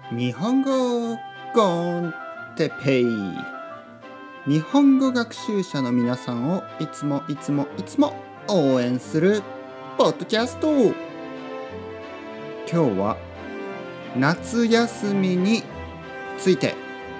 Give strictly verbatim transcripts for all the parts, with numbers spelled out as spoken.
日本語コンテペイ。日本語学習者の皆さんをいつもいつもいつも応援するポッドキャスト。今日は夏休みについて。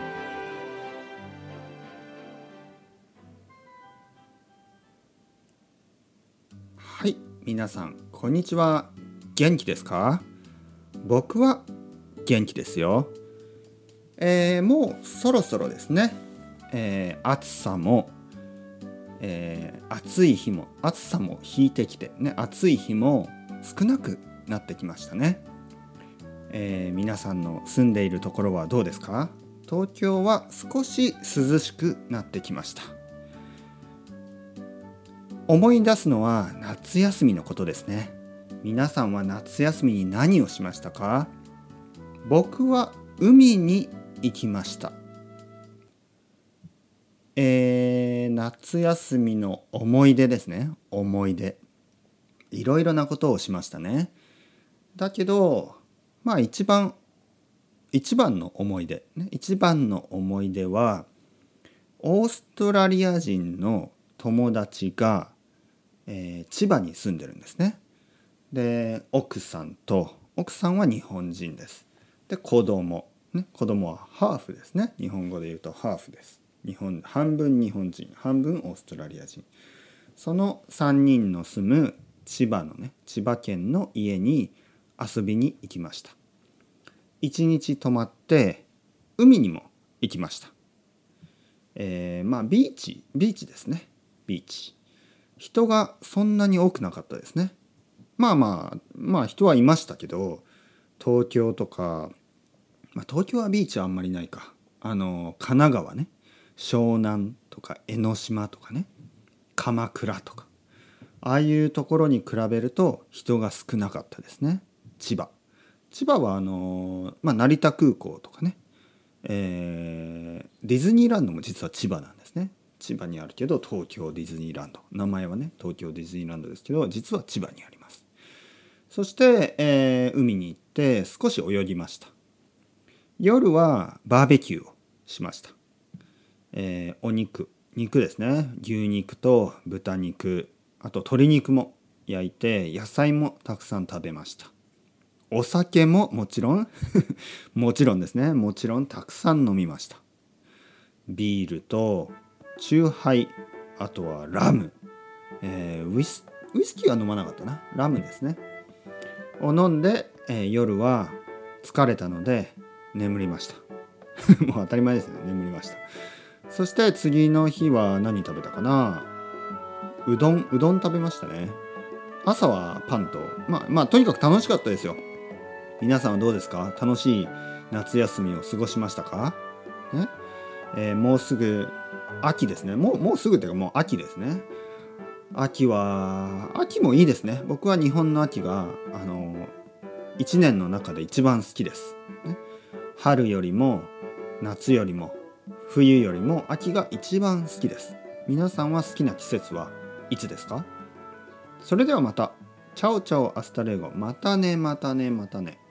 はい、皆さんこんにちは。元気ですか？僕は元気ですよ。えー、もうそろそろですね、えー、暑さも、えー、暑い日も暑さも引いてきてね、暑い日も少なくなってきましたね。えー、皆さんの住んでいるところはどうですか？東京は少し涼しくなってきました。思い出すのは夏休みのことですね。皆さんは夏休みに何をしましたか？僕は海に行きました。えー、夏休みの思い出ですね。思い出。いろいろなことをしましたね。だけど、まあ一番、一番の思い出、ね、一番の思い出は、オーストラリア人の友達が、えー、千葉に住んでるんですね。で、奥さんと、奥さんは日本人です。で、子供、ね、子供はハーフですね。日本語で言うとハーフです。日本、半分日本人、半分オーストラリア人。そのさんにんの住む千葉のね、千葉県の家に遊びに行きました。一日泊まって海にも行きました。えー、まあビーチ、ビーチですね。ビーチ。人がそんなに多くなかったですね。まあまあ、まあ人はいましたけど、東京とか、まあ、東京はビーチはあんまりないか。あの、神奈川ね。湘南とか江ノ島とかね。鎌倉とか。ああいうところに比べると人が少なかったですね。千葉。千葉はあの、まあ、成田空港とかね。えー、ディズニーランドも実は千葉なんですね。千葉にあるけど東京ディズニーランド。名前はね、東京ディズニーランドですけど、実は千葉にあります。そして、えー、海に行って少し泳ぎました。夜はバーベキューをしました。えー、お肉、肉ですね。牛肉と豚肉、あと鶏肉も焼いて、野菜もたくさん食べました。お酒ももちろんもちろんですね。もちろんたくさん飲みました。ビールとチューハイ、あとはラム、えー、ウイス、ウイスキーは飲まなかったな。ラムですね。を飲んで、えー、夜は疲れたので眠りましたもう当たり前ですね。眠りました。そして次の日は何食べたかな。うどんうどん食べましたね。朝はパンと、まあまあとにかく楽しかったですよ。皆さんはどうですか？楽しい夏休みを過ごしましたか？ね、えー、もうすぐ秋ですね。もうもうすぐっていうかもう秋ですね。秋は秋もいいですね。僕は日本の秋があの一年の中で一番好きです、ね。春よりも夏よりも冬よりも秋が一番好きです。皆さんは好きな季節はいつですか？それではまた。チャオチャオアスタレゴ。またねまたねまたね。